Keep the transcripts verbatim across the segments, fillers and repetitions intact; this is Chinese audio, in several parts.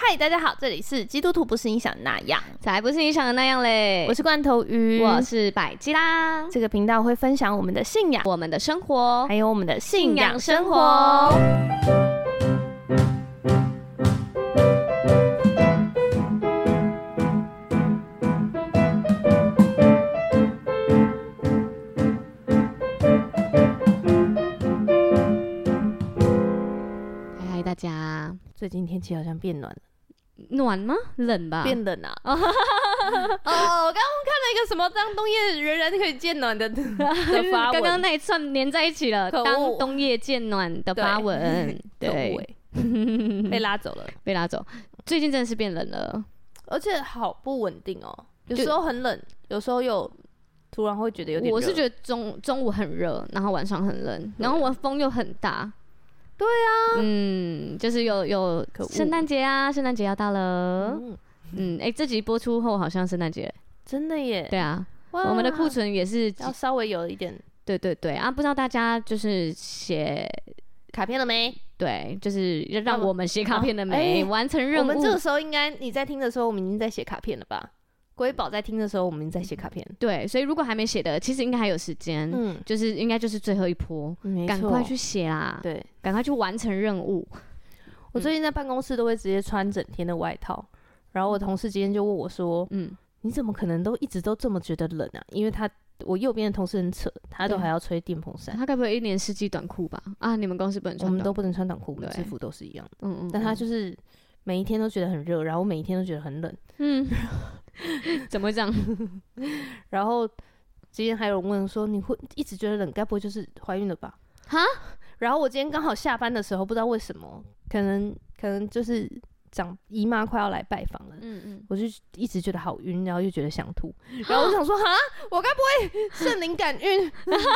嗨，大家好，这里是基督徒不是你想的那样， 才不是你想的那样嘞！ 我是罐头鱼， 我是百基拉。 这个频道会分享我们的信仰、 我们的生活， 还有我们的信仰生活。 嗨嗨，大家， 最近天气好像变暖了。 暖吗？冷吧？ 变冷啊！哦，我刚刚看了一个什么当冬夜仍然可以渐暖的的发文， 刚刚那一串连在一起了。当冬夜渐暖的发文， 对，被拉走了， 被拉走。最近真的是变冷了， 而且好不稳定哦。有时候很冷，有时候又突然会觉得有点热。 我是觉得中中午很热，然后晚上很冷，然后我风又很大。 对啊， 嗯，就是有有圣诞节啊，圣诞节要到了。嗯，嗯，哎、欸，这集播出后好像圣诞节， 真的耶。 对啊，我们的库存也是要稍微有一点。 对对对啊，不知道大家就是写卡片了没？ 对，就是让我们写卡片了没？啊欸、完成任务。 我们这个时候应该你在听的时候，我们已经在写卡片了吧？瑰宝在听的时候，我们在写卡片。 对，所以如果还没写的，其实应该还有时间。嗯，就是应该就是最后一波，赶快去写啦。对，赶快去完成任务。 我最近在办公室都会直接穿整天的外套，然后我同事今天就问我说：“嗯，你怎么可能都一直都这么觉得冷啊？”因为他我右边的同事很扯，他都还要吹电风扇。 他该不会一年四季短裤吧？啊，你们公司不能穿， 我们都不能穿短裤，我们制服都是一样的。嗯嗯，但他就是每一天都觉得很热，然后我每一天都觉得很冷。嗯。 怎么会这样？ 然后今天还有人问说：“你会一直觉得冷，该不会就是怀孕了吧？”哈？然后我今天刚好下班的时候，不知道为什么，可能可能就是长姨妈快要来拜访了，嗯嗯，我就一直觉得好晕，然后又觉得想吐，然后我就想说：“哈，我该不会圣灵感孕？”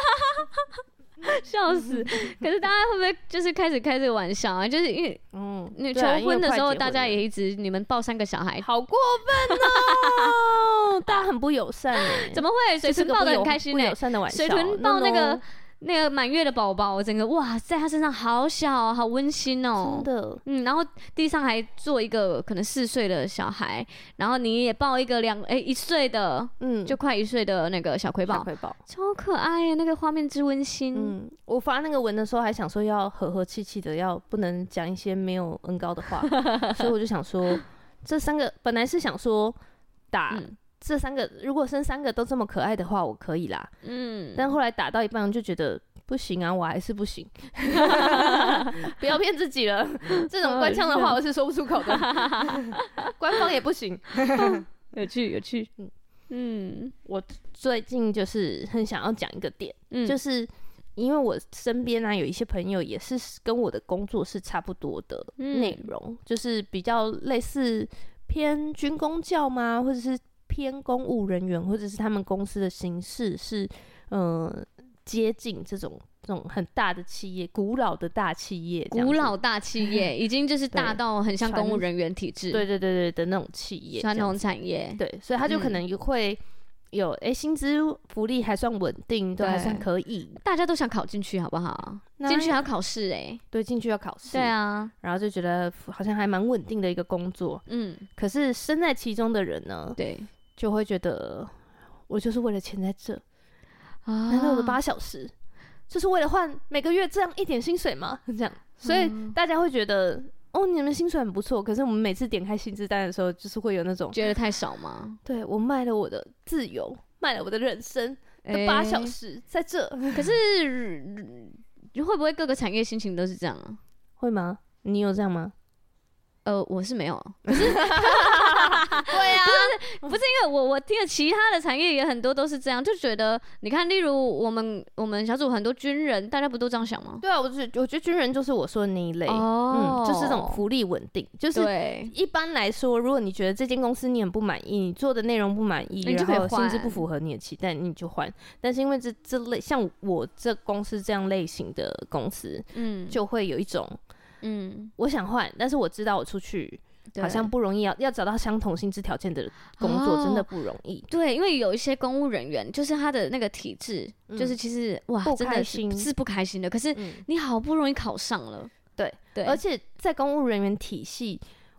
笑死！可是大家会不会就是开始开这个玩笑啊？就是因为，嗯，你求婚的时候，大家也一直你们抱三个小孩， 好过分哦！大家很不友善哎， 怎么会？水豚抱得很开心哎， 不友善的玩笑。 水豚抱那个。那个满月的宝宝，整个哇，在他身上好小，好温馨哦， 真的， 嗯，然后地上还坐一个可能四岁的小孩，然后你也抱一个两哎一岁的，嗯，就快一岁的那个小瑰宝， 小瑰宝超可爱耶，那个画面之温馨。 嗯，我发那个文的时候还想说要和和气气的，要不能讲一些没有恩高的话，所以我就想说，这三个本来是想说打。嗯这三个如果生三个都这么可爱的话，我可以啦。嗯，但后来打到一半就觉得不行啊，我还是不行。不要骗自己了，这种官腔的话我是说不出口的。官方也不行。 有趣有趣。 嗯，我最近就是很想要讲一个点，嗯、就是因为我身边啊有一些朋友也是跟我的工作是差不多的内容，嗯、就是比较类似偏军公教吗，或者是。偏公务人员，或者是他们公司的形式是，呃，接近这种这种很大的企业，古老的大企业， 古老大企业已经就是大到很像公务人员体制， 对对对对的那种企业， 传统产业， 对，所以他就可能会有，哎、嗯，薪资福利还算稳定，都还算可以， 大家都想考进去，好不好？进去还要考试，哎， 对，进去要考试， 对啊， 然后就觉得好像还蛮稳定的一个工作，嗯，可是身在其中的人呢，对。就会觉得我就是为了钱在这，啊、难道我的八小时就是为了换每个月这样一点薪水吗？这样，所以大家会觉得哦，你们薪水很不错，可是我们每次点开薪资单的时候，就是会有那种觉得太少吗？ 对，我卖了我的自由，卖了我的人生的八小时在这， 欸、可是会不会各个产业心情都是这样啊？ 会吗？你有这样吗？ 呃，我是没有，可是，对啊，不是不是因为我我听了其他的产业也很多都是这样，就觉得你看，例如我们我们小组很多军人，大家不都这样想吗？ 对啊，我觉得我觉得军人就是我说的那一类，哦、嗯，就是这种福利稳定，就是一般来说，如果你觉得这间公司你很不满意，你做的内容不满意，然后薪资不符合你的期待，你就换。但是因为这这类像我这公司这样类型的公司，嗯，就会有一种。嗯，我想换，但是我知道我出去好像不容易要，要找到相同薪资条件的工作真的不容易。 哦、对，因为有一些公务人员，就是他的那个体制，嗯、就是其实哇， 不开心是，是不开心的。可是你好不容易考上了， 对对，而且在公务人员体系。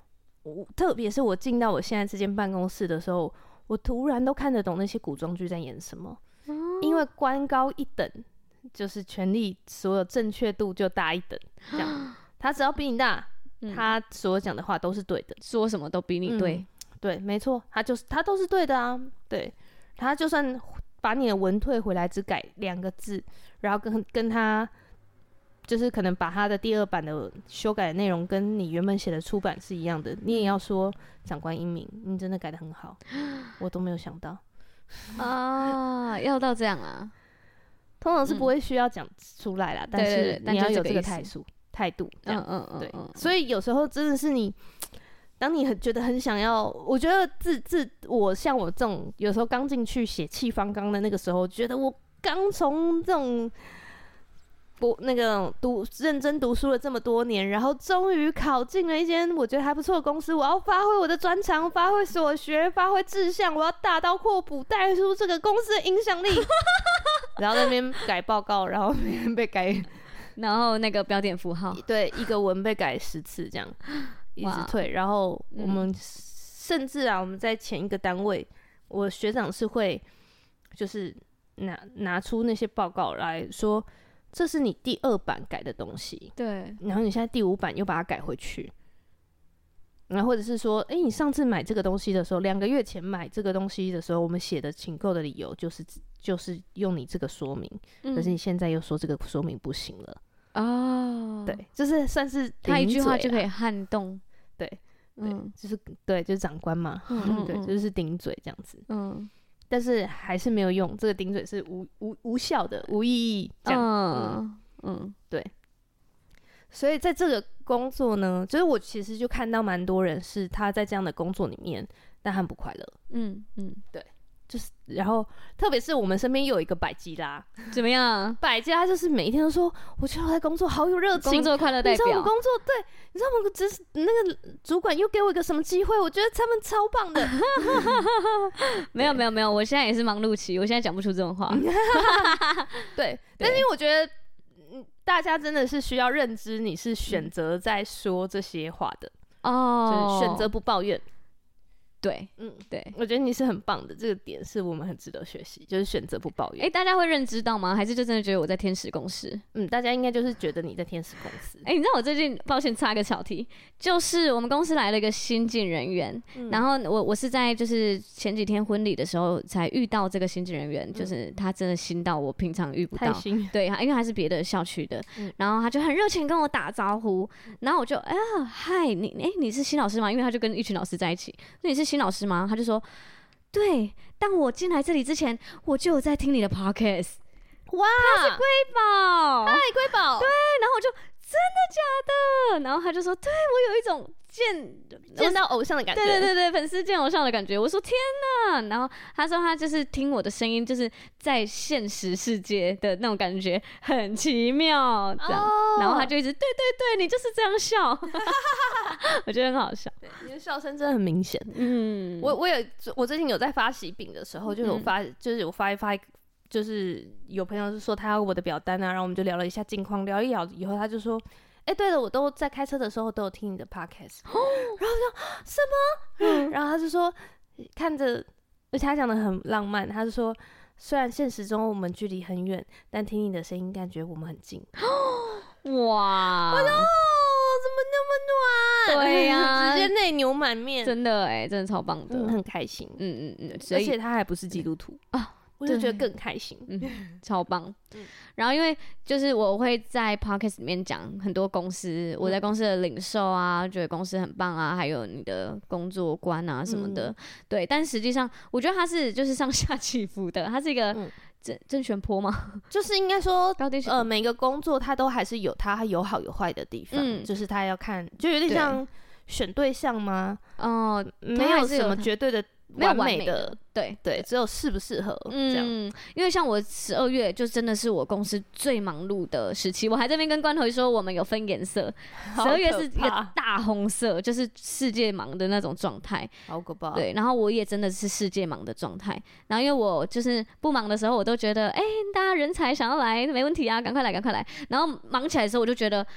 特别是我进到我现在这间办公室的时候，我突然都看得懂那些古装剧在演什么，哦、因为官高一等，就是权力所有正确度就大一等，这样，他只要比你大，嗯、他所讲的话都是对的， 说什么都比你对，嗯、 对，没错，他就是他都是对的啊，对，他就算把你的文退回来，只改两个字，然后跟跟他。就是可能把他的第二版的修改的内容跟你原本写的出版是一样的，你也要说长官英明，你真的改得很好，我都没有想到啊，要到这样啊， 通常是不会需要讲出来啦，嗯、但是你要有这个态度态度，嗯嗯嗯，对，所以有时候真的是你，当你很觉得很想要，我觉得自自我像我这种有时候刚进去血气方刚的那个时候，觉得我刚从这种。不，那个读认真读书了这么多年，然后终于考进了一间我觉得还不错的公司。我要发挥我的专长，发挥所学，发挥志向，我要大刀阔斧带出这个公司的影响力。然后那边改报告，然后那边被改， 然后那个标点符号， 对，一个文被改十次，这样一直退。然后我们、嗯、甚至啊，我们在前一个单位，我学长是会就是拿拿出那些报告来说。这是你第二版改的东西， 对， 然后你现在第五版又把它改回去，然后或者是说，哎，你上次买这个东西的时候，两个月前买这个东西的时候，我们写的请购的理由就是就是用你这个说明，嗯、可是你现在又说这个说明不行了，哦，对，就是算是他一句话就可以撼动， 对，对，嗯、就是对，就是长官嘛，嗯嗯嗯对，就是顶嘴这样子，嗯。但是还是没有用，这个顶嘴是无无无效的，无意义。这样，嗯嗯，对。所以在这个工作呢，就是我其实就看到蛮多人是他在这样的工作里面，但他很不快乐。嗯嗯，对。就是然后特别是我们身边又有一个百吉拉， 怎么样？ 百吉拉就是每一天都说，我觉得我在工作好有热情， 工作快乐代表。 你知道我们工作对，你知道我们只是那个主管又给我一个什么机会，我觉得他们超棒的。 没有没有没有，我现在也是忙碌期，我现在讲不出这种话。 对，但是因为我觉得，嗯，大家真的是需要认知，你是选择在说这些话的哦，就是选择不抱怨。 对，嗯，对， 我觉得你是很棒的，这个点是我们很值得学习，就是选择不抱怨。 哎、欸，大家会认知到吗？还是就真的觉得我在天使公司？ 嗯，大家应该就是觉得你在天使公司。 哎、欸，你知道我最近，抱歉插个小题，就是我们公司来了一个新进人员，嗯、然后我我是在就是前几天婚礼的时候才遇到这个新进人员，嗯、就是他真的新到我平常遇不到， 太新， 对，因为他是别的校区的，嗯、然后他就很热情跟我打招呼，然后我就哎呀嗨，你哎、欸、你是新老师吗？因为他就跟一群老师在一起，那你是新老师吗？他就说，对，当我进来这里之前，我就有在听你的 podcast。 哇， 他是瑰宝， 嗨，瑰宝， 对，然后我就真的假的？然后他就说，对我有一种见见到偶像的感觉， 对对对对，粉丝见偶像的感觉。我说天哪！然后他说他就是听我的声音，就是在现实世界的那种感觉，很奇妙这样。Oh. 然后他就一直对对对，你就是这样笑，我觉得很好笑。 对，你的笑声真的很明显。嗯，我我有我最近有在发喜饼的时候，就有发、嗯、就是有发一发。就是有朋友是说他要我的表单啊，然后我们就聊了一下近况，聊一聊以后他就说，哎、欸，对了，我都在开车的时候都有听你的 podcast，、哦、然后我就什么、嗯？然后他就说看着，而且他讲得很浪漫，他就说虽然现实中我们距离很远，但听你的声音感觉我们很近。哇！我说怎么那么暖？ 对呀、啊， 直接内牛满面， 真的哎、欸，真的超棒的， 嗯、很开心。 嗯嗯嗯， 而且他还不是基督徒啊。我就觉得更开心， 嗯，超棒。嗯、然后因为就是我会在 podcast 里面讲很多公司，嗯、我在公司的领受啊，觉得公司很棒啊，还有你的工作观啊什么的，嗯、对。但实际上，我觉得它是就是上下起伏的，它是一个正正弦波吗？ 就是应该说，呃，每个工作它都还是有它有好有坏的地方，嗯、就是它要看，就有点像选对象吗？哦、呃，没有什么绝对的。完美的， 对对，只有适不适合这样。 嗯，因为像我十二月就真的是我公司最忙碌的时期，我还在那边跟关头说我们有分颜色，十二月是一个大红色，就是世界忙的那种状态， 好可怕。 对，然后我也真的是世界忙的状态，然后因为我就是不忙的时候，我都觉得哎、欸，大家人才想要来没问题啊，赶快来赶快来，然后忙起来的时候我就觉得。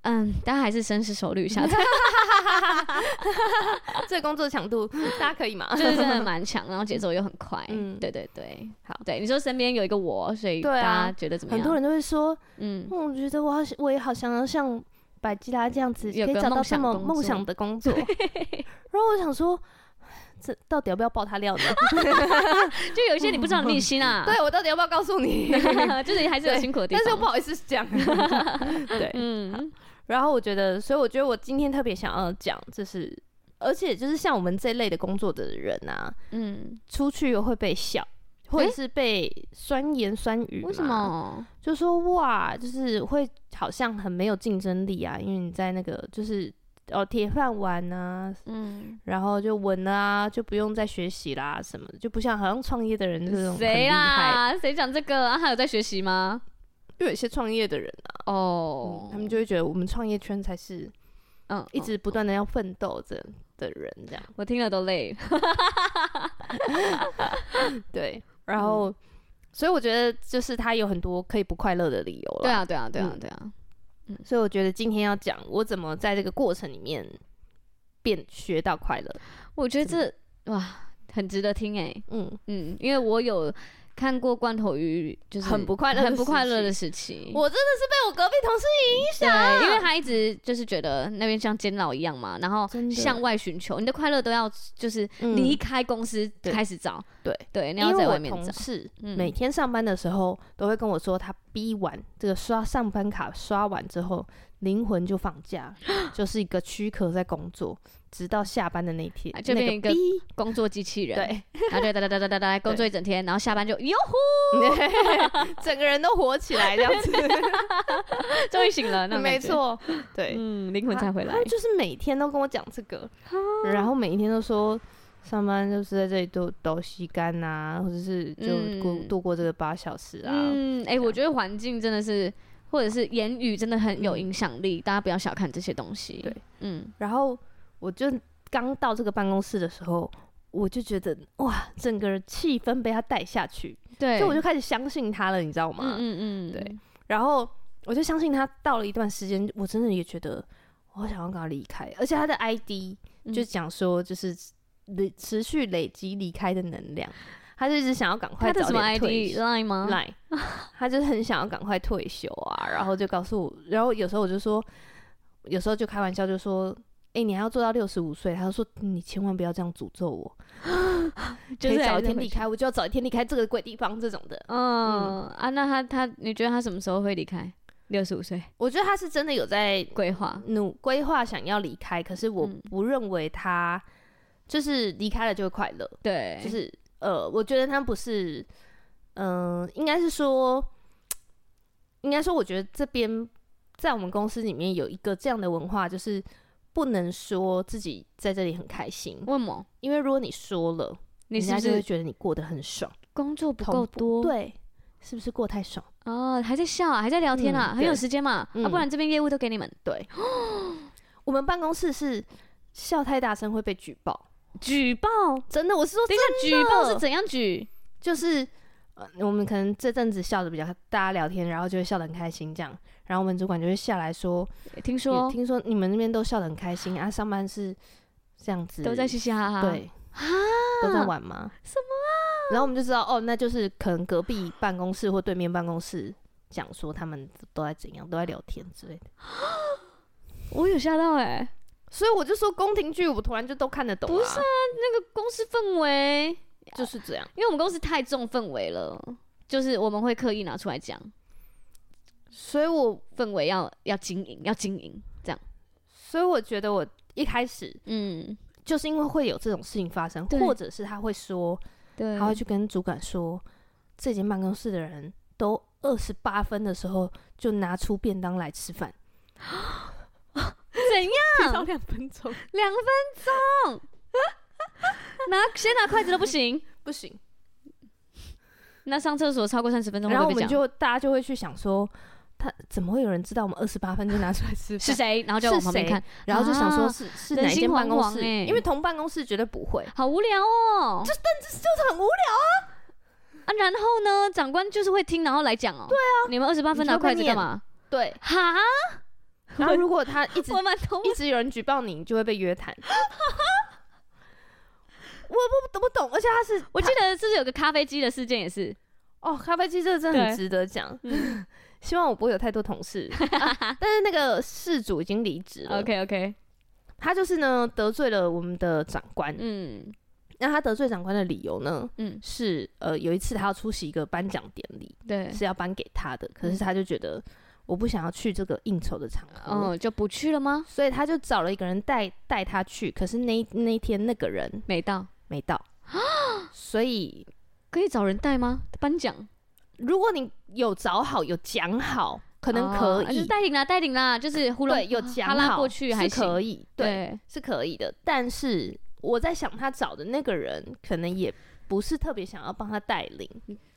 嗯，大家还是深思熟虑一下。 这个工作强度大家可以吗？ 就是真的蛮强，然后节奏又很快。嗯，对对对，好，对你说身边有一个我，所以大家觉得怎么样？ 很多人都会说，嗯，我觉得我好，我也好想要像百吉拉这样子，可以找到这么梦想的工作。然后我想说，这到底要不要爆他料呢？ 就有一些你不知道的秘辛啊。 对，我到底要不要告诉你？ 就是你还是有辛苦的地方， 但是又不好意思讲。对，嗯。然后我觉得，所以我觉得我今天特别想要讲，就是而且就是像我们这类的工作的人啊，嗯，出去又会被笑，或者是被酸言酸语嘛。 为什么？ 就说哇，就是会好像很没有竞争力啊，因为你在那个就是哦铁饭碗啊，嗯，然后就稳啊，就不用再学习啦什么的，就不像好像创业的人这种很厉害。谁啊？谁讲这个啊？还有在学习吗？ 就有一些创业的人啊，哦、嗯，他们就会觉得我们创业圈才是，嗯，一直不断的要奋斗着的人，这样。 我听了都累。 对，然后，嗯、所以我觉得就是他有很多可以不快乐的理由了。 对啊，对啊，对啊，对啊。 嗯，所以我觉得今天要讲我怎么在这个过程里面变学到快乐。 我觉得这哇很值得听哎、欸，嗯嗯，因为我有。看过罐头鱼，就是很不快乐、 很不快乐的时期。 我真的是被我隔壁同事影响， 对，因为他一直就是觉得那边像监牢一样嘛，然后向外寻求，你的快乐都要就是离开公司开始找， 对对，你要在外面找。 因为我同事每天上班的时候都会跟我说，他逼完这个刷上班卡刷完之后，灵魂就放假，就是一个躯壳在工作。直到下班的那天， 就变一个工作机器人， 对， 然后就哒哒哒哒哒哒工作一整天，然后下班就哟呼， 整个人都活起来这样子， 终于醒了，那没错，对， 嗯，灵魂才回来。 他就是每天都跟我讲这个，然后每一天都说上班就是在这里都都吸干呐，或者是就过度过这个八小时啊。 嗯，哎、欸，我觉得环境真的是。或者是言语真的很有影响力、嗯，大家不要小看这些东西。 对，嗯，然后我就刚到这个办公室的时候，我就觉得哇，整个气氛被他带下去，对，所以我就开始相信他了，你知道吗？嗯嗯嗯，对。然后我就相信他，到了一段时间，我真的也觉得我好想要跟他离开，而且他的 I D 就讲说，就是持续累积离开的能量。他就一直想要赶快早点退休 ，Line 吗 ？Line， 他就是很想要赶快退休啊，然后就告诉我，然后有时候我就说，有时候就开玩笑就说，哎、欸，你还要做到六十五岁？他就说，你千万不要这样诅咒我，就是早一天离开，我就要早一天离开这个鬼地方这种的。 嗯, 嗯啊，那他他，你觉得他什么时候会离开？六十五岁？ 我觉得他是真的有在规划， 努规划想要离开，可是我不认为他就是离开了就会快乐， 对， 就是。呃，我觉得他不是，嗯、呃，应该是说，应该说，我觉得这边在我们公司里面有一个这样的文化，就是不能说自己在这里很开心。 为什么？ 因为如果你说了， 你是不是人家就会觉得你过得很爽， 工作不够多， 对，是不是过太爽？ 哦，还在笑啊，还在聊天啊，嗯、很有时间嘛、嗯，啊，不然这边业务都给你们。 对，我们办公室是笑太大声会被举报。 举报？ 真的，我是说真的。 等一下，举报是怎样举？ 就是、呃、我们可能这阵子笑的比较，大家聊天，然后就会笑得很开心，这样，然后我们主管就会下来说， 听说听说你们那边都笑得很开心啊，上班是这样子， 都在嘻嘻哈哈， 对啊，都在玩吗？ 什么啊？ 然后我们就知道，哦，那就是可能隔壁办公室或对面办公室讲说他们都在怎样，都在聊天之类的。 我有吓到哎、欸。 所以我就说宫廷剧，我突然就都看得懂啊。 不是啊，那个公司氛围就是这样， 因为我们公司太重氛围了，就是我们会刻意拿出来讲， 所以我氛围要要经营，要经营这样。 所以我觉得我一开始，嗯，就是因为会有这种事情发生，或者是他会说，对，他会去跟主管说，这间办公室的人都二十八分的时候就拿出便当来吃饭。 怎样？ 两分钟， 两分钟，拿先拿筷子都不行， 不行。 那上厕所超过三十分钟， 然后我们就大家就会去想说，他怎么会有人知道我们二十八分就拿出来吃饭？ 是谁？然后就往旁边看， 然后就想说是、啊、是哪一间办公室？ 人心惶惶欸、 因为同办公室绝对不会， 好无聊哦。 就但是就是很无聊啊。 啊，然后呢，长官就是会听，然后来讲哦。对啊，你们二十八分拿筷子干嘛？ 对， 哈。 然后如果他一直我蛮同一直有人举报你，你就会被约谈。我不不懂，而且他是， 我记得是不是有个咖啡机的事件也是？ 哦，咖啡机这个真的很值得讲。嗯，希望我不会有太多同事，啊、但是那个事主已经离职了。 OK OK， 他就是呢得罪了我们的长官。嗯，那他得罪长官的理由呢？嗯，是呃有一次他要出席一个颁奖典礼，对，是要颁给他的，可是他就觉得我不想要去这个应酬的场合， 哦，就不去了吗？ 所以他就找了一个人带带他去，可是那那天那个人没到， 没到，所以可以找人带吗？颁奖， 如果你有找好有讲好，可能可以。 哦、带领啦，带领啦，就是呼对有讲好拉过去还是可以，对，对是可以的。但是我在想，他找的那个人可能也不是特别想要帮他带领。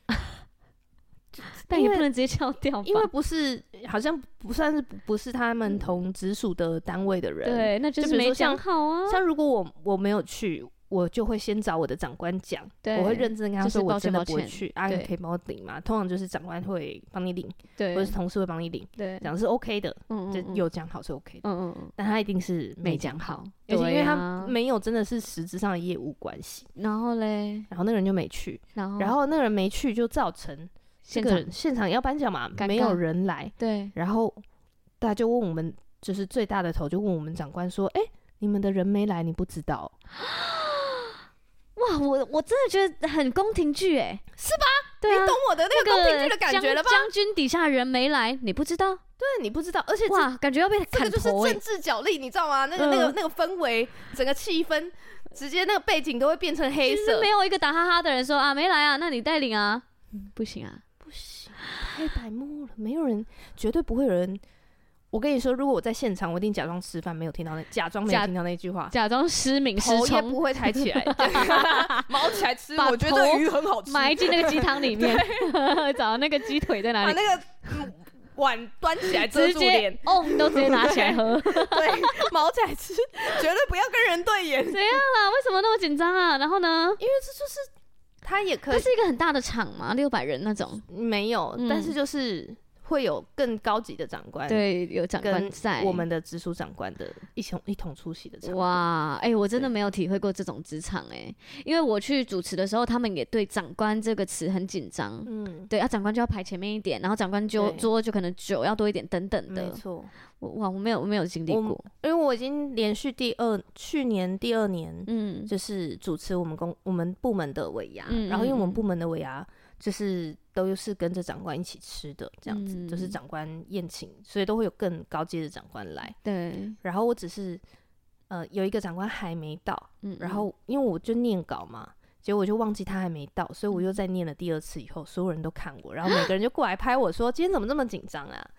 但也不能直接敲掉吧， 因为不是，好像不算是不是他们同直属的单位的人， 对，那就是没讲好啊。 像如果我我没有去，我就会先找我的长官讲，我会认真跟他说我真的不会去，啊，你可以帮我领吗？通常就是长官会帮你领，对，或者是同事会帮你领，对，讲是 OK 的，嗯嗯，就有讲好是 OK 的，嗯嗯，但他一定是没讲好，而且因为他没有真的是实质上的业务关系， 然后嘞， 然后那个人就没去，然后然后那个人没去就造成。这个现场要颁奖嘛，没有人来，对，然后大家就问我们，就是最大的头就问我们长官说：“哎、欸，你们的人没来，你不知道？” 哇，我我真的觉得很宫廷剧，哎， 是吧？对啊，你懂我的那个宫廷剧的感觉了吧？ 将军底下人没来，你不知道？ 对，你不知道，而且哇，感觉要被砍头， 这个就是政治角力，你知道吗？那个、嗯、那个、那个氛围，整个气氛，直接那个背景都会变成黑色。 就是没有一个打哈哈的人说啊，没来啊，那你带领啊，嗯、不行啊。 不行，太白目了，没有人，绝对不会有人。我跟你说，如果我在现场，我一定假装吃饭，没有听到那，假装没有听到那句话， 假装失明失聪， 头也不会抬起来，毛起来吃。我觉得鱼很好吃， 埋进那个鸡汤里面，找那个鸡腿在哪里， 把那个碗端起来遮住脸， 哦，都直接拿起来喝。 对，毛起来吃，绝对不要跟人对眼。 怎样啦？为什么那么紧张啊？然后呢？ 因为这就是。他也可以， 它是一个很大的场嘛，六百人那种。 没有、嗯，但是就是会有更高级的长官， 对，有长官在， 我们的直属长官的一同一同出席的场。 哇，哎、欸，我真的没有体会过这种职场哎，因为我去主持的时候，他们也对长官这个词很紧张。嗯，对啊，长官就要排前面一点，然后长官就桌就可能酒要多一点等等的。 没错。 哇，我没有，我没有经历过， 因为我已经连续第二去年第二年，嗯，就是主持我们公我们部门的尾牙、嗯，然后因为我们部门的尾牙就是都是跟着长官一起吃的，这样子，嗯、就是长官宴请，所以都会有更高阶的长官来，对，然后我只是呃有一个长官还没到，嗯，然后因为我就念稿嘛。结果我就忘记他还没到，所以我又再念了第二次以后，所有人都看我，然后每个人就过来拍我说：“今天怎么这么紧张啊？”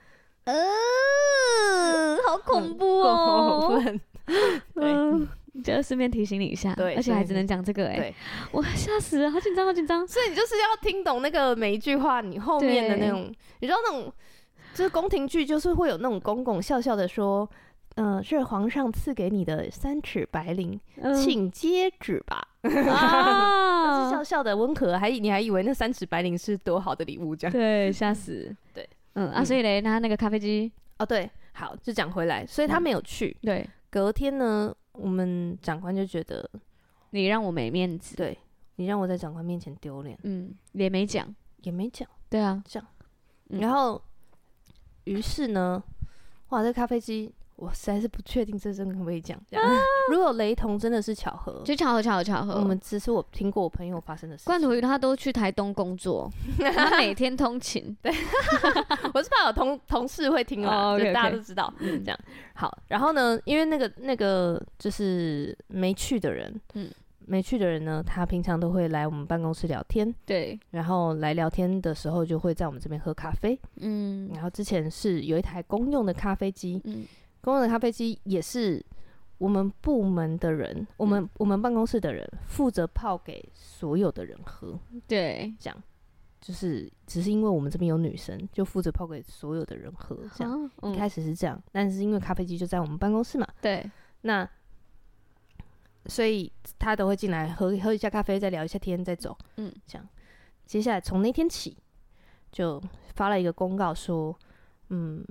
嗯，好恐怖哦！ 嗯， 就顺便提醒你一下，对，而且还只能讲这个、欸，哎，我吓死了，好紧张，好紧张。 所以你就是要听懂那个每一句话，你后面的那种，你知道那种，就是宫廷剧，就是会有那种公公笑笑的说。嗯、呃，是皇上赐给你的三尺白绫，嗯、请接旨吧。啊，是笑笑的温和，还你还以为那三尺白绫是多好的礼物，这样对，吓死。 对， 嗯啊，所以嘞，他那个咖啡机， 哦，对，好，就讲回来，所以他没有去。嗯、对，隔天呢，我们长官就觉得你让我没面子， 对你让我在长官面前丢脸， 嗯，也没讲， 也没讲， 对啊， 这样，嗯、然后，于是呢，哇，这咖啡机。我实在是不确定这真的可不可以讲。啊、如果雷同真的是巧合， 就巧合巧合巧合。 我们只是我听过我朋友发生的事情。 罐头鱼他都去台东工作，他每天通勤。 对，我是怕有同同事会听啦， oh, okay, okay. 就大家都知道、嗯、这样。好，然后呢，因为那个那个就是没去的人，嗯。没去的人呢，他平常都会来我们办公室聊天，对，然后来聊天的时候就会在我们这边喝咖啡，嗯，然后之前是有一台公用的咖啡机，嗯，公用的咖啡机也是我们部门的人，我们、嗯、我们办公室的人负责泡给所有的人喝，对，这样就是只是因为我们这边有女生，就负责泡给所有的人喝，这样、啊嗯、一开始是这样，但是因为咖啡机就在我们办公室嘛，对，那。所以他都会进来喝喝一下咖啡，再聊一下天，再走。嗯，这样。接下来从那天起，就发了一个公告说，嗯，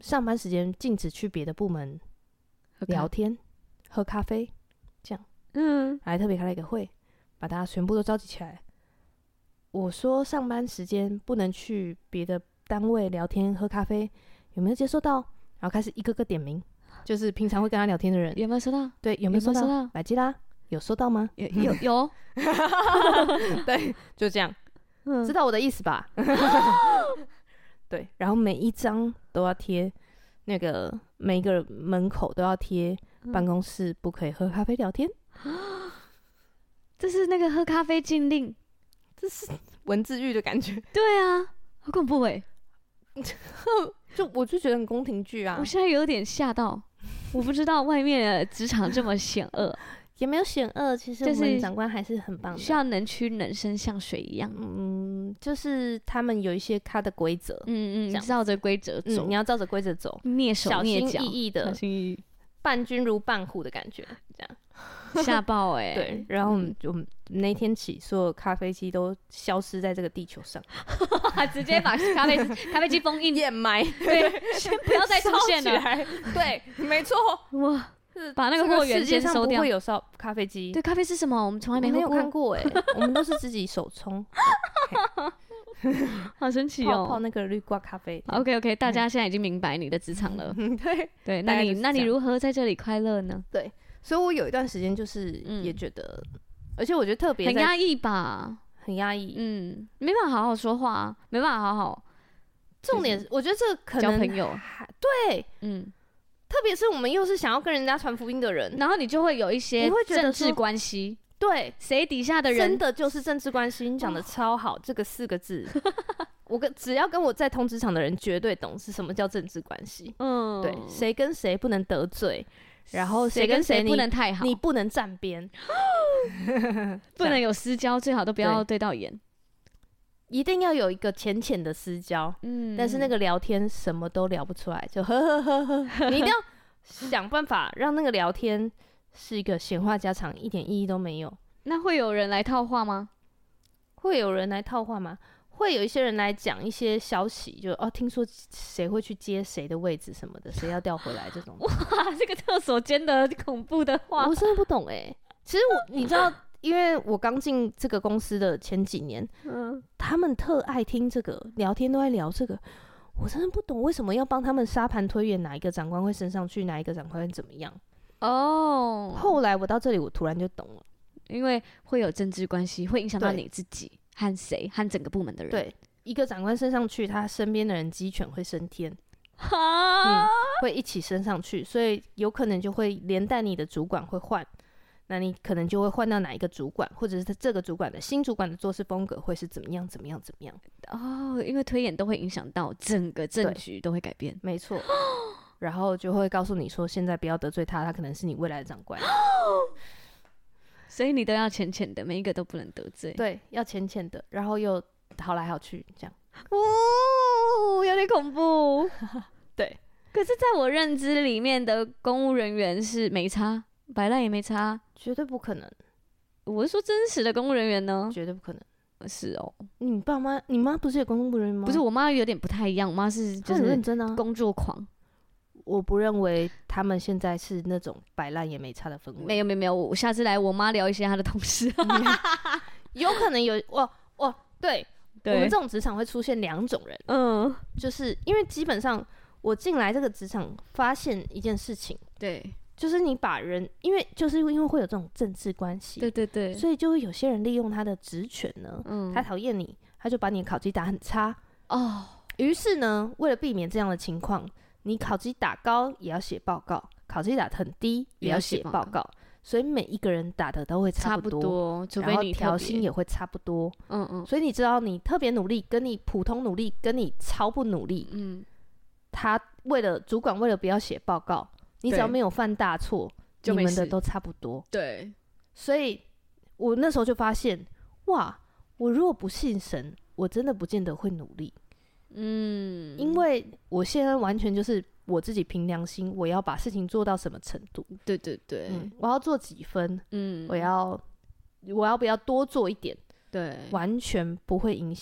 上班时间禁止去别的部门聊天、喝咖啡，这样。嗯，还特别开了一个会，把大家全部都召集起来。我说上班时间不能去别的单位聊天、喝咖啡，有没有接收到？然后开始一个个点名，就是平常会跟他聊天的人， 有没有收到？ 对，有没有收到？有没有收到？来基拉，有收到吗？ 有有有。 对，就这样，嗯、知道我的意思吧？对，然后每一张都要贴，那个每一个门口都要贴，办公室不可以喝咖啡聊天。 嗯、这是那个喝咖啡禁令。 这是文字狱的感觉。 对啊，好恐怖哎！ 就我就觉得很宫廷剧啊。 我现在有点吓到，我不知道外面的职场这么险恶。 也没有险恶，其实我们长官还是很棒的， 需要能屈能伸，像水一样。 嗯，就是他们有一些他的规则， 嗯嗯，照着规则走、 嗯，你要照着规则走， 蹑手蹑脚， 小心翼翼的， 小心翼翼， 伴君如伴虎的感觉，这样。 吓爆哎、欸！ 对，然后我们就、嗯、那天起，所有咖啡机都消失在这个地球上， 直接把咖啡咖啡机封印掩埋， 对，先不要再出现了。 对，没错， 哇，把那个货源先收掉。 世界上不会有烧咖啡机。 对，咖啡是什么？我们从来没喝过没有看过哎、欸，我们都是自己手冲。 好神奇哦！ 泡泡那个绿挂咖啡。 OK OK， 大家现在已经明白你的职场了。 对对，那你那你如何在这里快乐呢？ 对。所以我有一段时间就是也觉得，嗯、而且我觉得特别很压抑吧， 很压抑， 嗯，没办法好好说话，没办法好好。 重点，就是、我觉得这可能交朋友， 对，嗯，特别是我们又是想要跟人家传福音的人， 然后你就会有一些政治关系， 对， 谁底下的人真的就是政治关系。你讲的超好，这个四个字，我跟只要跟我在同职场的人绝对懂是什么叫政治关系，嗯，对，谁跟谁不能得罪。然后谁跟谁不能太好， 你不能站边， 不能有私交，最好都不要对到眼， 一定要有一个浅浅的私交。嗯，但是那个聊天什么都聊不出来，就呵呵呵呵，你一定要想办法让那个聊天是一个闲话家常，一点意义都没有。 那会有人来套话吗？ 会有人来套话吗？会有一些人来讲一些消息，就哦，听说谁会去接谁的位置什么的，谁要调回来这种。 哇，这个厕所间的恐怖的话， 我真的不懂哎、欸。其实我你知道，因为我刚进这个公司的前几年，嗯，他们特爱听这个聊天，都在聊这个。我真的不懂为什么要帮他们沙盘推演，哪一个长官会升上去，哪一个长官会怎么样。哦，后来我到这里，我突然就懂了， 因为会有政治关系，会影响到你自己。和谁？和整个部门的人。 对，一个长官升上去，他身边的人鸡犬会升天，嗯，会一起升上去，所以有可能就会连带你的主管会换，那你可能就会换到哪一个主管，或者是这个主管的新主管的做事风格会是怎么样怎么样怎么样。 哦，因为推演都会影响到整个政局都会改变， 没错。然后就会告诉你说，现在不要得罪他，他可能是你未来的长官。 所以你都要浅浅的，每一个都不能得罪。 对，要浅浅的，然后又好来好去，这样。 哦，有点恐怖。 对， 可是在我认知里面的公务人员是没差，摆烂也没差， 绝对不可能。 我是说真实的公务人员呢？ 绝对不可能。 是哦， 你爸妈，你妈不是也公务人员吗？ 不是，我妈有点不太一样，我妈是就是很认真啊， 工作狂。 我不认为他们现在是那种摆烂也没差的氛围。 没有没有没有，我下次来我妈聊一些她的同事， 有可能有哇哇，对，对我们这种职场会出现两种人，嗯，就是因为基本上我进来这个职场发现一件事情， 对， 就是你把人，因为就是因为会有这种政治关系， 对对对， 所以就会有些人利用他的职权呢，嗯，他讨厌你，他就把你的考绩打很差哦，于是呢，为了避免这样的情况。你考绩打高也要写报告，考绩打很低也要写报告，所以每一个人打的都会差不多， 差不多，除非你然后调薪也会差不多。嗯嗯，所以你知道，你特别努力，跟你普通努力，跟你超不努力，嗯，他为了主管为了不要写报告，你只要没有犯大错，你们的都差不多。 对， 所以我那时候就发现，哇，我如果不信神，我真的不见得会努力。嗯，因为我现在完全就是我自己凭良心，我要把事情做到什么程度？ 对对对， 嗯、我要做几分？嗯，我要我要不要多做一点？ 对， 完全不会影响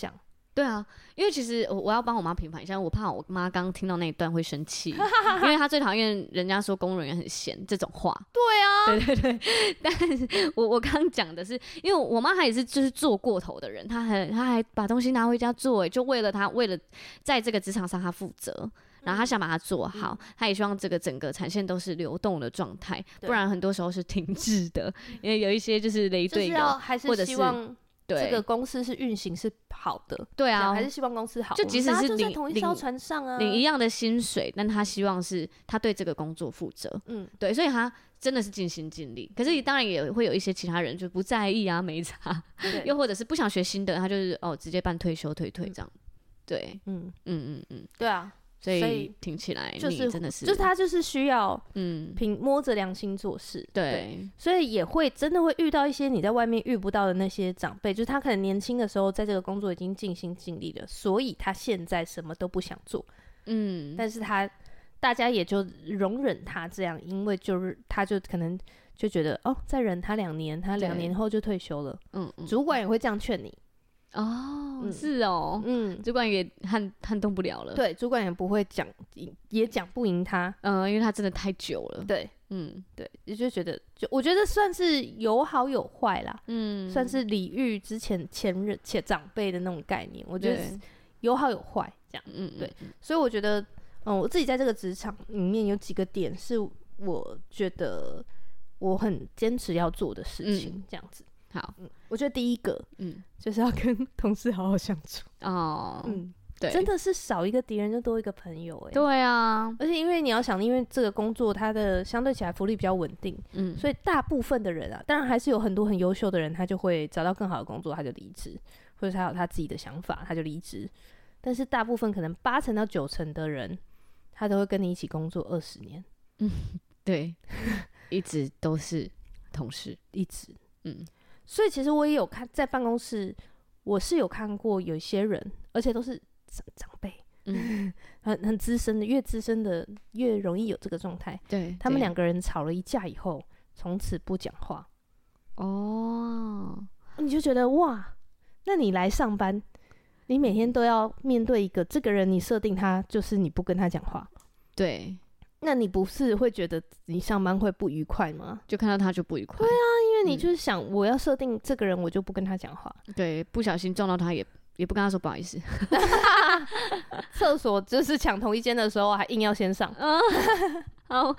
对啊，因为其实我我要帮我妈平反一下，我怕我妈刚刚听到那一段会生气，因为她最讨厌人家说公务人员很闲这种话。 对啊， 对对对，但是我我刚刚讲的是，因为我妈她也是就是做过头的人，她还她还把东西拿回家做，就为了她为了在这个职场上她负责。然后她想把它做好，她、嗯、也希望这个整个产线都是流动的状态，不然很多时候是停滞的，因为有一些就是雷队友， 还是希望这个公司是运行是好的， 对啊， 还是希望公司好， 就即使是领同一艘船上啊， 领一样的薪水，但他希望是他对这个工作负责，嗯，对，所以他真的是尽心尽力。可是当然也会有一些其他人就不在意啊，没差，又或者是不想学新的，他就是哦直接办退休退退这样，对，嗯嗯嗯嗯， 对啊。 所以听起来你真的是， 就是他就是需要，嗯，凭摸着良心做事， 对，对， 所以也会真的会遇到一些你在外面遇不到的那些长辈，就是他可能年轻的时候在这个工作已经尽心尽力了，所以他现在什么都不想做，嗯，但是他大家也就容忍他这样，因为就是他就可能就觉得哦，再忍他两年，他两年后就退休了，嗯，主管也会这样劝你。 哦、嗯，是哦，嗯，主管也撼撼动不了了， 对，主管也不会讲，也讲不赢他， 嗯，因为他真的太久了， 对，嗯，对，也就觉得，就我觉得算是有好有坏啦，嗯，算是礼遇之前前任前长辈的那种概念，我觉得有好有坏，这样，嗯，对，所以我觉得，嗯，我自己在这个职场里面有几个点是我觉得我很坚持要做的事情，嗯、这样子。 好， 嗯，我觉得第一个，嗯，就是要跟同事好好相处哦，嗯，对，真的是少一个敌人就多一个朋友，哎， 对啊， 而且因为你要想，因为这个工作它的相对起来福利比较稳定，嗯，所以大部分的人啊，当然还是有很多很优秀的人，他就会找到更好的工作，他就离职，或者他有他自己的想法，他就离职，但是大部分可能八成到九成的人，他都会跟你一起工作二十年， 嗯，对，一直都是同事， 一直，嗯。所以其实我也有看在办公室，我是有看过有一些人，而且都是长辈，嗯，很很资深的，越资深的越容易有这个状态。 对， 他们两个人吵了一架以后，从此不讲话。哦，你就觉得哇，那你来上班，你每天都要面对一个这个人，你设定他就是你不跟他讲话， 对。 那你不是会觉得你上班会不愉快吗？ 就看到他就不愉快。 对啊，因为你就是想，我要设定这个人，我就不跟他讲话。 对，不小心撞到他也也不跟他说不好意思。 厕所就是抢同一间的时候，还硬要先上。嗯， 好，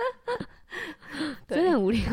真的很无聊。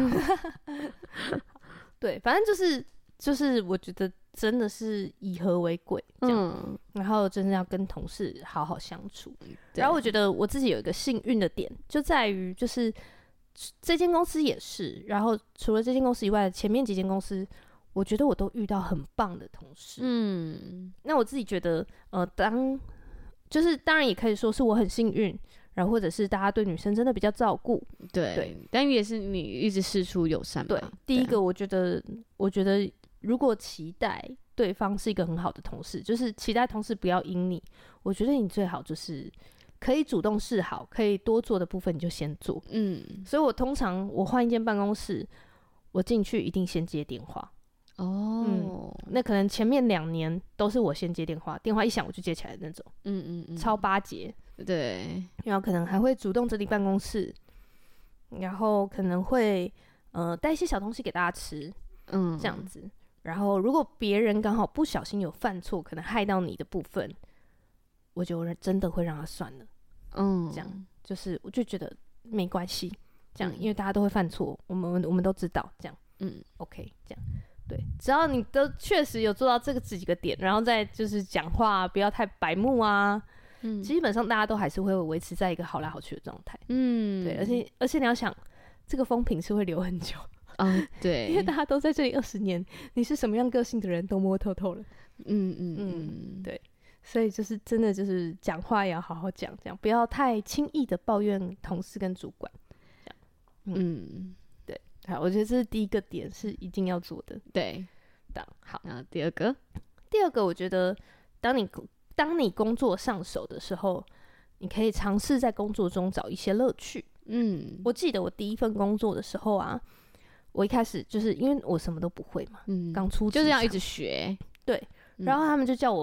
对，反正就是就是，我觉得真的是以和为贵，这样，嗯、然后真的要跟同事好好相处。然后我觉得我自己有一个幸运的点，就在于就是这间公司也是，然后除了这间公司以外，前面几间公司，我觉得我都遇到很棒的同事。嗯，那我自己觉得，呃，当就是当然也可以说是我很幸运，然后或者是大家对女生真的比较照顾。 对，对，但也是你一直释出友善嘛。 对，第一个我觉得，我觉得。如果期待对方是一个很好的同事，就是期待同事不要阴你，我觉得你最好就是可以主动示好，可以多做的部分你就先做。嗯，所以我通常我换一间办公室，我进去一定先接电话。哦、嗯，那可能前面两年都是我先接电话，电话一响我就接起来的那种。嗯嗯嗯，超巴结。 对， 然后可能还会主动整理办公室，然后可能会呃带一些小东西给大家吃。嗯，这样子。然后，如果别人刚好不小心有犯错，可能害到你的部分，我就真的会让他算了。嗯，这样就是我就觉得没关系，这样、嗯、因为大家都会犯错，我们我们都知道，这样，嗯 ，OK， 这样，对，只要你都确实有做到这个几个点，然后再就是讲话不要太白目啊，嗯，基本上大家都还是会维持在一个好来好去的状态。嗯，对，而且而且你要想，这个风评是会留很久。 嗯，对， 因为大家都在这里二十年，你是什么样个性的人都摸透透了。嗯嗯嗯，对，所以就是真的就是讲话也要好好讲，这样不要太轻易的抱怨同事跟主管。这样，嗯，嗯对，好，我觉得这是第一个点是一定要做的。 对， 好， 那第二个， 第二个我觉得当你当你工作上手的时候，你可以尝试在工作中找一些乐趣。嗯，我记得我第一份工作的时候啊。我一开始就是因为我什么都不会嘛，嗯，刚出就是要一直学， 对，然后他们就叫我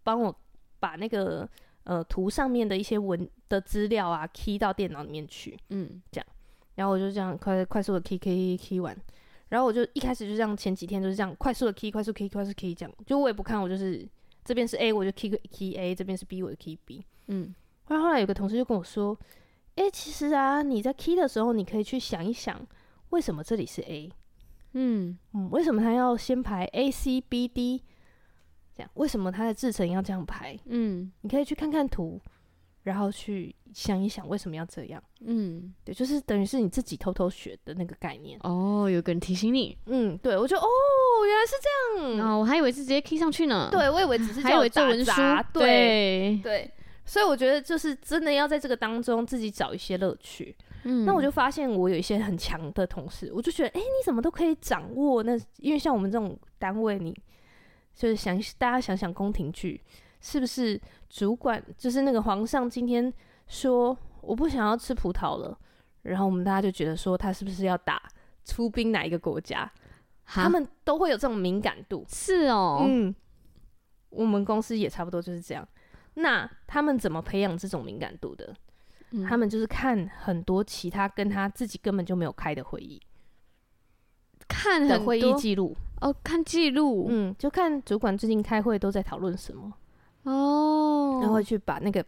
帮我把那个呃图上面的一些文的资料啊 key 到电脑里面去，嗯，这样，然后我就这样快快速的 key key key 完，然后我就一开始就这样，前几天就是这样快速的 key 快速 key 快速 key 这样，就我也不看，我就是这边是 A 我就 key key A， 这边是 B 我就 key B， 嗯，然后后来有个同事就跟我说，哎、欸，其实啊你在 key 的时候，你可以去想一想，为什么这里是 A， 嗯嗯，为什么他要先排 A C B D， 这样，为什么他的制程要这样排，嗯，你可以去看看图。然后去想一想为什么要这样，嗯，对，就是等于是你自己偷偷学的那个概念。 哦，有个人提醒你， 嗯，对，我就哦，原来是这样， 哦，我还以为是直接 key 上去呢， 对，我以为只是还以为做文书， 对对，所以我觉得就是真的要在这个当中自己找一些乐趣。嗯，那我就发现我有一些很强的同事，我就觉得，哎、欸，你怎么都可以掌握那？因为像我们这种单位，你就是想大家想想宫廷剧。是不是主管就是那个皇上今天说我不想要吃葡萄了，然后我们大家就觉得说他是不是要打出兵哪一个国家？他们都会有这种敏感度。 是哦， 嗯，我们公司也差不多就是这样。那他们怎么培养这种敏感度的？嗯、他们就是看很多其他跟他自己根本就没有开的会议， 看很多的会议记录哦，看记录， 嗯，就看主管最近开会都在讨论什么。 哦， 然后去把那个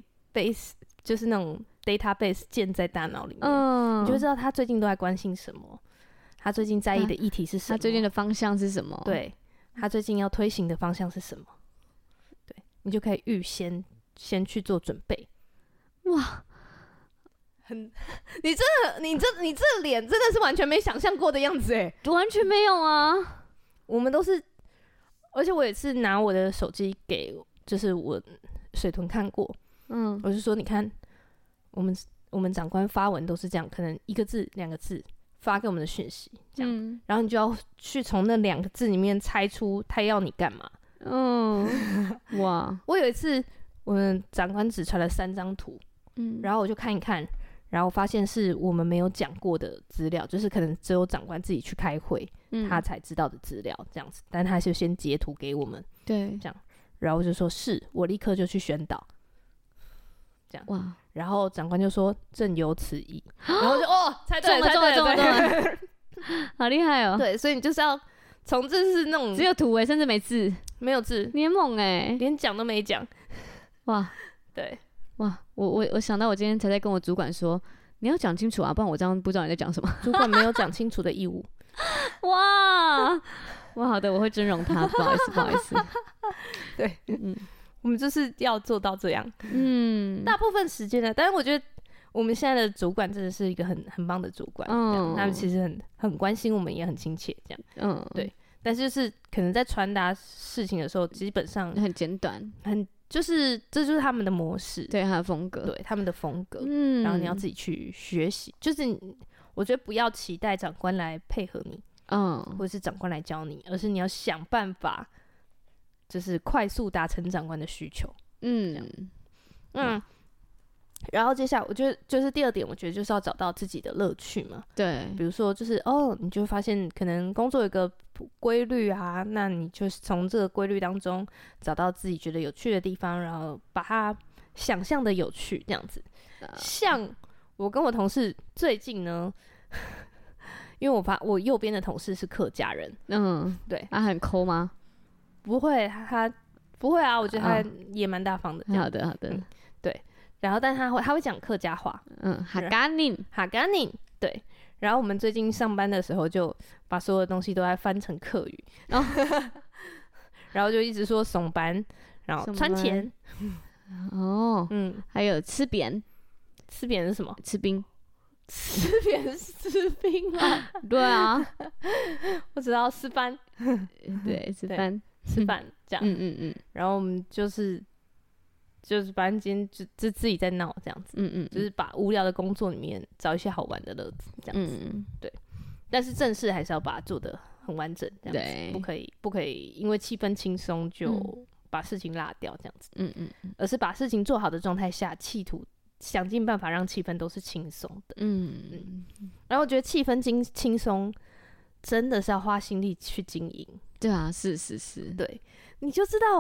base 就是那种 database 建在大脑里面，嗯，你就会知道他最近都在关心什么，他最近在意的议题是什么， 他最近的方向是什么， 对，他最近要推行的方向是什么，对，你就可以预先先去做准备。哇，很，你这你这你这脸真的是完全没想象过的样子哎， 完全没有啊， 我们都是，而且我也是拿我的手机给。就是我水豚看过，嗯，我是说，你看，我们我们长官发文都是这样，可能一个字、两个字发给我们的讯息，这样，嗯、然后你就要去从那两个字里面猜出他要你干嘛。嗯，哇！我有一次，我们长官只传了三张图，嗯，然后我就看一看，然后发现是我们没有讲过的资料，就是可能只有长官自己去开会，嗯、他才知道的资料，这样子，但他就先截图给我们， 对， 这样。然后我就说是，我立刻就去宣导，这样哇。然后长官就说正有此意，然后就哦，猜对了， 中了，中了，中了，好厉害哦！ 对，所以你就是要从这是那种只有图哎，甚至没字， 没有字， 你很猛哎， 连讲都没讲，哇，对， 哇，我我我想到我今天才在跟我主管说，你要讲清楚啊，不然我这样不知道你在讲什么。 主管没有讲清楚的义务， 哇。哇，好的，我会尊容他，不好意思，不好意思。 对，嗯，我们就是要做到这样，嗯，大部分时间呢，但是我觉得我们现在的主管真的是一个很很棒的主管，嗯，他们其实很很关心我们，也很亲切，这样，嗯，对。但是就是可能在传达事情的时候，基本上很简短， 很就是这就是他们的模式， 对他的风格， 对他们的风格，嗯，然后你要自己去学习，就是我觉得不要期待长官来配合你。嗯，或者是长官来教你，而是你要想办法，就是快速达成长官的需求。嗯嗯，然后接下来我觉得就是第二点，我觉得就是要找到自己的乐趣嘛。 对， 比如说就是哦，你就发现可能工作有一个规律啊，那你就是从这个规律当中找到自己觉得有趣的地方，然后把它想象的有趣这样子。像我跟我同事最近呢。因为我发我右边的同事是客家人，嗯，对， 他很抠吗？ 不会，他不会啊，我觉得他也蛮大方的。 好的，好的、嗯， 对。然后，但他会他会讲客家话， 嗯，哈嘎宁， 哈嘎宁，对。然后我们最近上班的时候，就把所有的东西都在翻成客语，然后然后就一直说怂班，然后穿钱， 哦，嗯，还有吃扁， 吃扁是什么？ 吃冰。 吃扁是吃冰吗？ 对啊， 我知道吃饭， 对，吃饭， 吃饭这样， 嗯嗯嗯。 然后我们就是就是反正今天就就自己在闹这样子，嗯嗯，就是把无聊的工作里面找一些好玩的乐子，这样子，嗯，对。但是正事还是要把它做得很完整，这样子，对，不可以不可以因为气氛轻松就把事情落掉这样子，嗯嗯嗯，而是把事情做好的状态下，企图想尽办法让气氛都是轻松的，嗯嗯。然后我觉得气氛轻轻松，真的是要花心力去经营。 对啊，是是是， 对，你就知道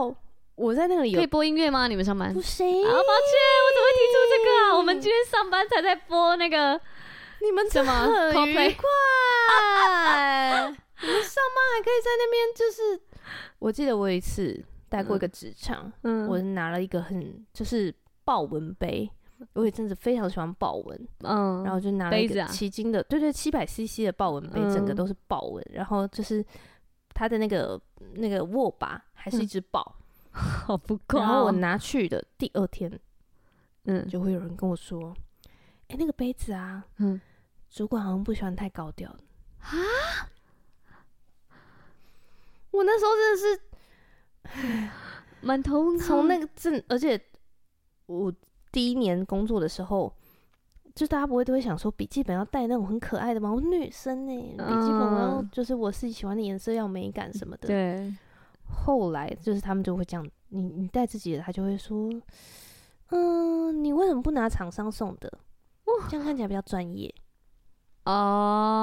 我在那个里可以播音乐吗？你们上班不行啊？抱歉，我怎么会提出这个啊？我们今天上班才在播那个， 你们怎么很愉快？你们上班还可以在那边，就是我记得我有一次带过一个职场，嗯，我拿了一个很就是豹纹杯。我有一阵子非常喜欢豹纹，嗯，然后就拿了一个七斤的，啊、对对，七百 C C 的豹纹杯，嗯、整个都是豹纹，然后就是它的那个那个握把还是一只豹， 嗯、好不够。 然后我拿去的第二天，嗯，就会有人跟我说，哎、欸，那个杯子啊，嗯，主管好像不喜欢太高调的啊。我那时候真的是满头从那个阵，而且我。第一年工作的时候，就大家不会都会想说笔记本要带那种很可爱的吗？我女生呢、欸，笔记本然后就是我自己喜欢的颜色要美感什么的。 对。 后来就是他们就会这样，你你带自己的，他就会说，嗯，你为什么不拿厂商送的？这样看起来比较专业。哦、uh ，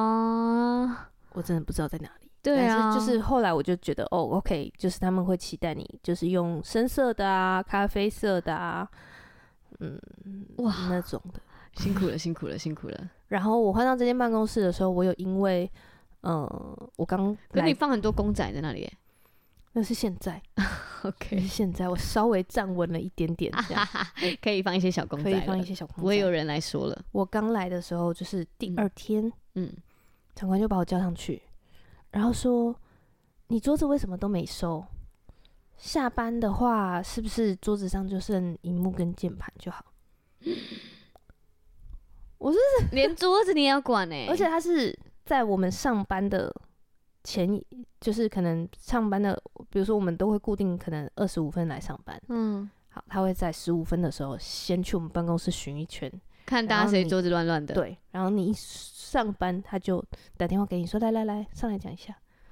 我真的不知道在哪里。 对啊。 但是就是后来我就觉得，哦 ，OK， 就是他们会期待你，就是用深色的啊，咖啡色的啊。嗯，哇，那种的， 辛苦了，辛苦了，辛苦了。 然后我换到这间办公室的时候，我有因为，呃，我刚， 可你放很多公仔在那里耶， 那是现在 ，OK， 是现在我稍微站稳了一点点，这样可以放一些小公仔， 可以放一些小公仔， 不会有人来说了。 我刚来的时候，就是第二天，嗯，长官就把我叫上去，然后说：“你桌子为什么都没收？”下班的话，是不是桌子上就剩萤幕跟键盘就好？我是连桌子你也要管哎、欸， 而且他是在我们上班的前，就是可能上班的，比如说我们都会固定可能二十五分来上班，嗯，好，他会在十五分的时候先去我们办公室巡一圈， 看大家谁桌子乱乱的， 对，然后你一上班他就打电话给你说，来来来，上来讲一下。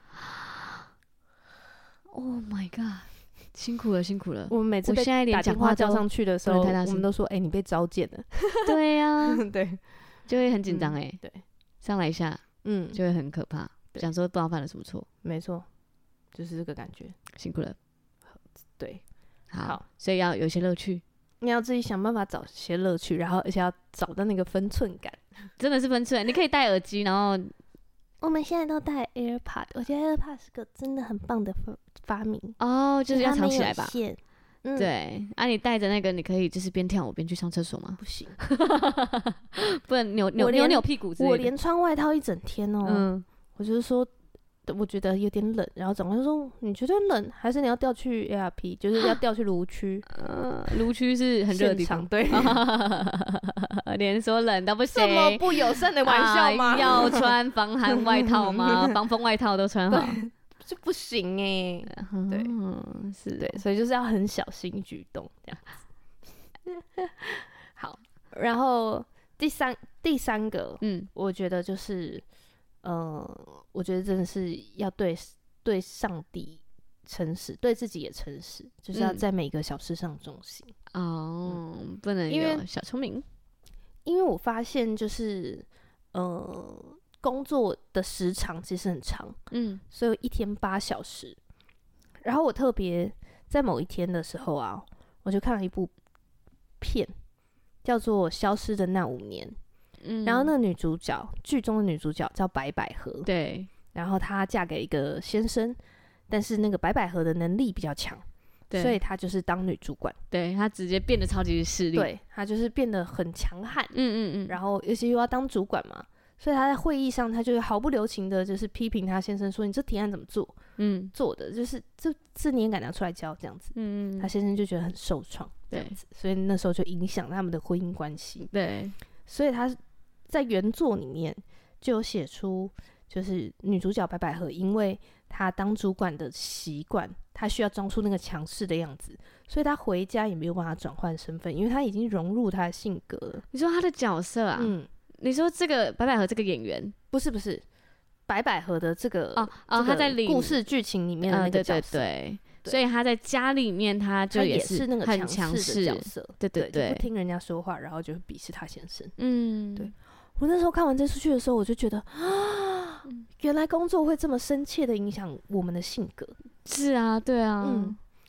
Oh my god！辛苦了，辛苦了。 我们每次被打电话叫上去的时候，我们都说：“哎、欸，你被召见了。” 对呀、啊， 对， 就会很紧张哎。 对， 上来一下，嗯，就会很可怕，想说不知道犯了什么错。 没错，就是这个感觉。 辛苦了。 对， 好，好，所以要有一些乐趣。 你要自己想办法找些乐趣，然后而且要找到那个分寸感。 真的是分寸，你可以戴耳机，然后我们现在都戴 AirPod， 我觉得 AirPod 是个真的很棒的发明哦，就是要藏起来吧。 嗯、 对，啊，你带着那个，你可以就是边跳舞边去上厕所吗？ 不行， 不能扭扭扭扭屁股之类的。 我连穿外套一整天哦。嗯，我就是说，我觉得有点冷，然后长官就说：“你觉得冷，还是你要调去 A R P， 就是要调去炉区？ 嗯，炉区是很热的地方， 对。 连说冷都不行， 这么不友善的玩笑吗？ 啊、要穿防寒外套吗？防风外套都穿好。” 就不行哎、欸，对， 嗯，是对，所以就是要很小心举动这样子。好，然后第三第三个，嗯，我觉得就是，呃，我觉得真的是要对对上帝诚实，对自己也诚实，就是要在每个小事上忠心。 嗯、哦，不能有小聪明。 因为我发现就是，呃。工作的时长其实很长，嗯，所以一天八小时。然后我特别在某一天的时候啊，我就看了一部片，叫做《消失的那五年》。嗯，然后那个女主角，剧中的女主角叫白百合， 对。 然后她嫁给一个先生，但是那个白百合的能力比较强，所以她就是当女主管。 对，她直接变得超级势力， 对，她就是变得很强悍。嗯嗯嗯。 然后尤其又要当主管嘛。所以他在会议上，他就毫不留情的，就是批评他先生说：“你这提案怎么做？嗯，做的就是这这你也敢拿出来教这样子？”嗯，他先生就觉得很受创，这样子，所以那时候就影响他们的婚姻关系。 对， 所以他在原作里面就有写出，就是女主角白百合，因为她当主管的习惯，她需要装出那个强势的样子，所以她回家也没有办法转换身份，因为她已经融入她的性格了。 你说她的角色啊？嗯。你说这个白百合这个演员不是不是白百合的这个哦哦，他在故事剧情里面的那个角色， 呃、对, 对, 对, 对，所以他在家里面他就也是那个很强势的角色， 对对 对, 对，不听人家说话，然后就鄙视他先生。 嗯， 对。我那时候看完这出剧的时候，我就觉得啊，原来工作会这么深切的影响我们的性格。 是啊，对啊，嗯。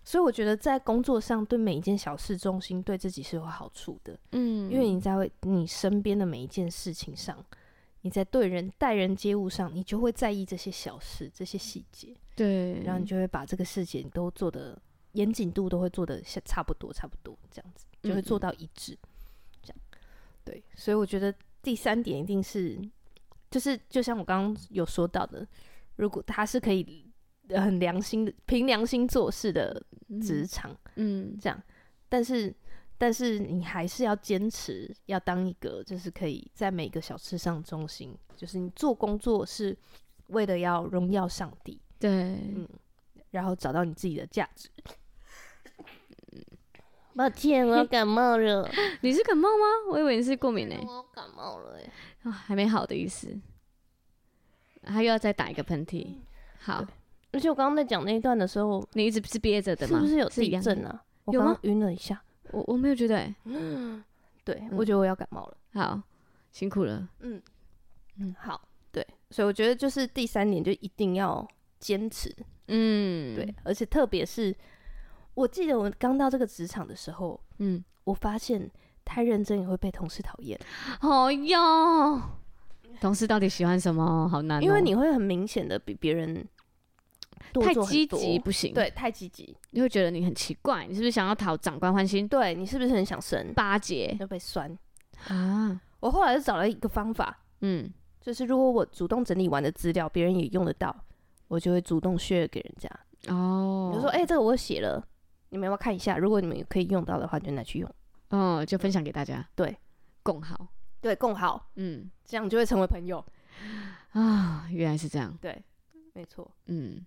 所以我觉得在工作上对每一件小事忠心，对自己是有好处的。嗯，因为你在你身边的每一件事情上，你在对人待人接物上，你就会在意这些小事、这些细节。 对， 然后你就会把这个事情都做的严谨度都会做的差不多、差不多这样子，就会做到一致。嗯、这样，对，所以我觉得第三点一定是，就是就像我刚刚有说到的，如果他是可以。很良心的、凭良心做事的职场，嗯，这样，但是，但是你还是要坚持，要当一个就是可以在每个小事上忠心，就是你做工作是为了要荣耀上帝， 对， 嗯，然后找到你自己的价值。抱歉，我感冒了。 你是感冒吗？我以为你是过敏呢、欸。 我感冒了、欸， 哎、哦，还没好的意思，他又要再打一个喷嚏，好。 而且我刚刚在讲那一段的时候， 你一直是憋着的吗？ 是不是有地震啊？我刚刚晕了一下， 我我没有觉得、欸， 嗯，对、嗯，我觉得我要感冒了。 好，辛苦了。 嗯嗯，好，对，所以我觉得就是第三点，就一定要坚持。嗯，对，而且特别是，我记得我刚到这个职场的时候，嗯，我发现太认真也会被同事讨厌。 哦哟，同事到底喜欢什么？好难、喔， 因为你会很明显的比别人。 太积极不行， 对，太积极， 你会觉得你很奇怪，你是不是想要讨长官欢心？ 对，你是不是很想升？ 巴结就被酸啊！ 我后来就找了一个方法，嗯，就是如果我主动整理完的资料，别人也用得到，我就会主动 share 给人家。哦，就说，哎、欸，这个我写了，你们要不要看一下？如果你们可以用到的话，就拿去用。 哦，就分享给大家。 对， 共好。 对，共好。嗯，这样就会成为朋友。 啊，原来是这样。 对，没错。嗯。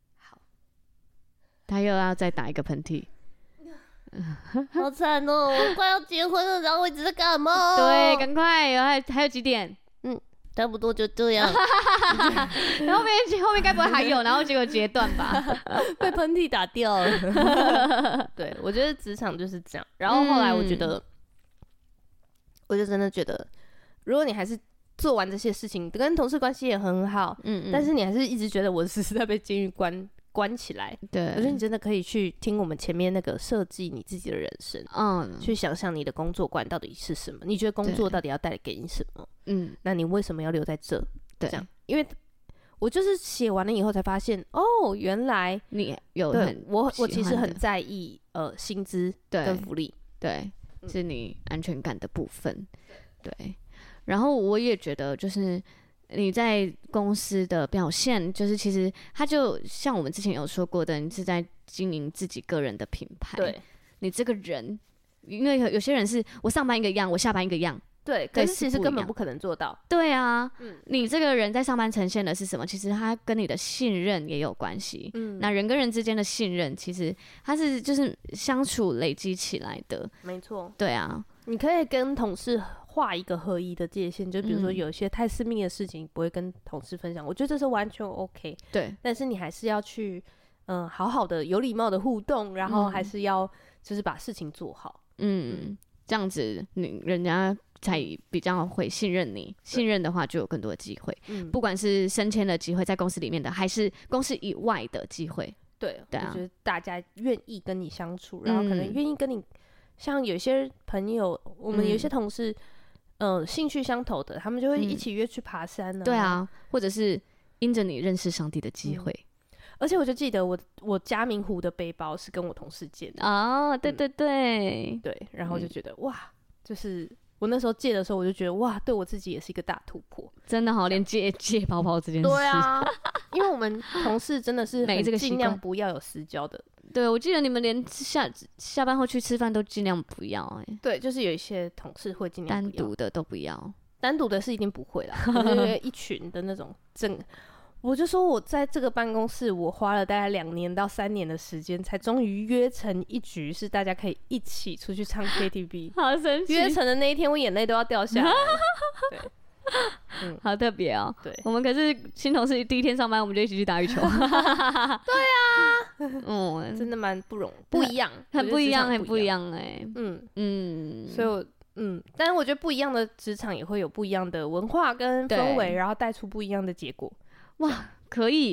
他又要再打一个喷嚏， 好惨哦！我快要结婚了，然后我一直在感冒。 对，赶快，还还有几点？ 嗯，差不多就这样。 然后后面后面该不会还有？然后结果截断吧？ 被喷嚏打掉了。对，我觉得职场就是这样。然后后来我觉得，嗯、我就真的觉得，如果你还是做完这些事情，跟同事关系也很好，嗯, 嗯，但是你还是一直觉得我是在被监狱关。关起来，对，我觉得你真的可以去听我们前面那个设计你自己的人生，嗯，去想想你的工作观到底是什么，你觉得工作到底要带给你什么，嗯，那你为什么要留在这？对，这样，因为我就是写完了以后才发现，哦，原来你有很我我其实很在意呃薪资跟福利， 对，对是你安全感的部分，对，然后我也觉得就是。你在公司的表现，就是其实它就像我们之前有说过的，你是在经营自己个人的品牌。对，你这个人，因为有些人是我上班一个样，我下班一个样。 对，可是其实根本不可能做到。 对啊，嗯，你这个人在上班呈现的是什么？其实它跟你的信任也有关系。嗯，那人跟人之间的信任，其实它是就是相处累积起来的。 没错。 对啊， 你可以跟同事画一个合一的界限，就比如说有一些太私密的事情不会跟同事分享，我觉得这是完全 OK。对，但是你还是要去，嗯、呃，好好的、有礼貌的互动，然后还是要就是把事情做好。嗯， 嗯这样子你人家才比较会信任你，信任的话就有更多的机会，嗯，不管是升迁的机会，在公司里面的，还是公司以外的机会。 对，对啊，我觉得大家愿意跟你相处，然后可能愿意跟你，像有些朋友，我们有些同事。嗯，兴趣相投的，他们就会一起约去爬山啊。 嗯、对啊，或者是因着你认识上帝的机会。 嗯、而且我就记得我我嘉明湖的背包是跟我同事借的。 哦，对对对、 嗯、对，然后就觉得、嗯、哇，就是我那时候借的时候，我就觉得哇，对我自己也是一个大突破。 真的好，连借借包包这件事。 对啊，因为我们同事真的是很尽量不要有私交的。 对，我记得你们连下下班后去吃饭都尽量不要哎、欸。 对，就是有一些同事会尽量单独的都不要， 单独的是一定不会啦，就是一群的那种整。我就说我在这个办公室，我花了大概两年到三年的时间，才终于约成一局，是大家可以一起出去唱 K T V。 好神奇！ 约成的那一天，我眼泪都要掉下来。对。 嗯，好特别哦。对，我们可是新同事第一天上班，我们就一起去打羽球。对啊，嗯，真的蛮不容不一样， 很不一样，很不一样哎、欸。 嗯嗯，所以我嗯，但是我觉得不一样的职场也会有不一样的文化跟氛围，然后带出不一样的结果。 哇，可以，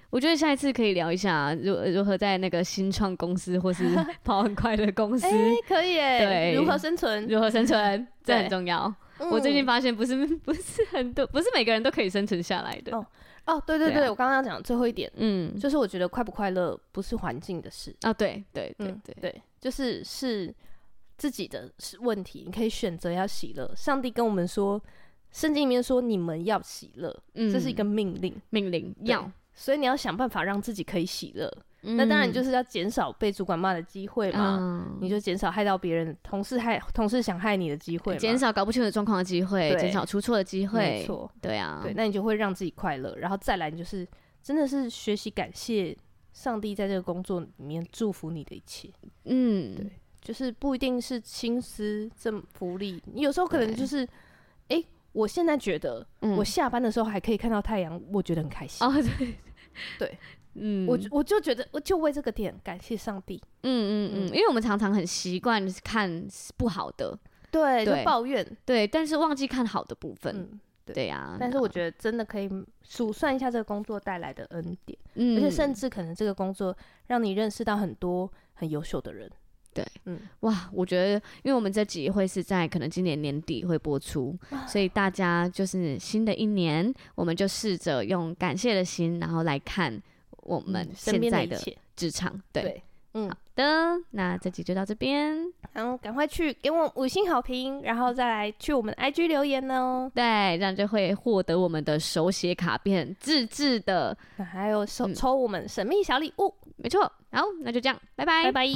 我觉得下一次可以聊一下如如何在那个新创公司或是跑很快的公司，哎、 欸，可以哎， 对， 如何生存， 如何生存，这很重要。我最近发现不是不是很多，不是每个人都可以生存下来的。 哦哦，对对对，对啊、我刚刚讲最后一点， 嗯， 就是我觉得快不快乐不是环境的事啊、哦，对对对对、 嗯、对，就是是自己的问题，你可以选择要喜乐。上帝跟我们说，圣经里面说你们要喜乐、嗯，这是一个命令， 命令要， 所以你要想办法让自己可以喜乐。嗯、那当然就是要减少被主管骂的机会嘛、嗯，你就减少害到别人同事害同事想害你的机会嘛， 减少搞不清楚状况的机会，减少出错的机会， 没错， 对啊， 对，那你就会让自己快乐，然后再来你就是真的是学习感谢上帝在这个工作里面祝福你的一切，嗯，对，就是不一定是薪资这么福利，你有时候可能就是，哎、欸，我现在觉得我下班的时候还可以看到太阳，我觉得很开心， 哦，对， 对。嗯，我我就觉得，我就为这个点感谢上帝。 嗯嗯嗯，因为我们常常很习惯看不好的， 对，就抱怨， 对，但是忘记看好的部分。嗯、对呀、啊， 但是我觉得真的可以数算一下这个工作带来的恩典，嗯，而且甚至可能这个工作让你认识到很多很优秀的人。 对，嗯，哇，我觉得，因为我们这集会是在可能今年年底会播出，所以大家就是新的一年，我们就试着用感谢的心，然后来看我们现在的职场、嗯，对，对，嗯，好的，那这集就到这边， 然后赶快去给我们五星好评，然后再来去我们的 I G 留言哦， 对，这样就会获得我们的手写卡片，自制的， 还有抽抽我们神秘小礼物， 嗯、没错，好，那就这样，拜拜， 拜拜。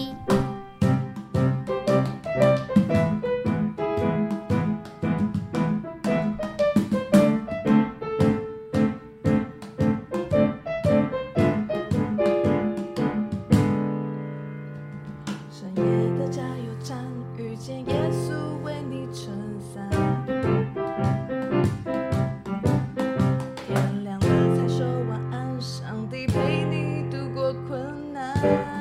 天亮了才说晚安，上帝陪你度过困难。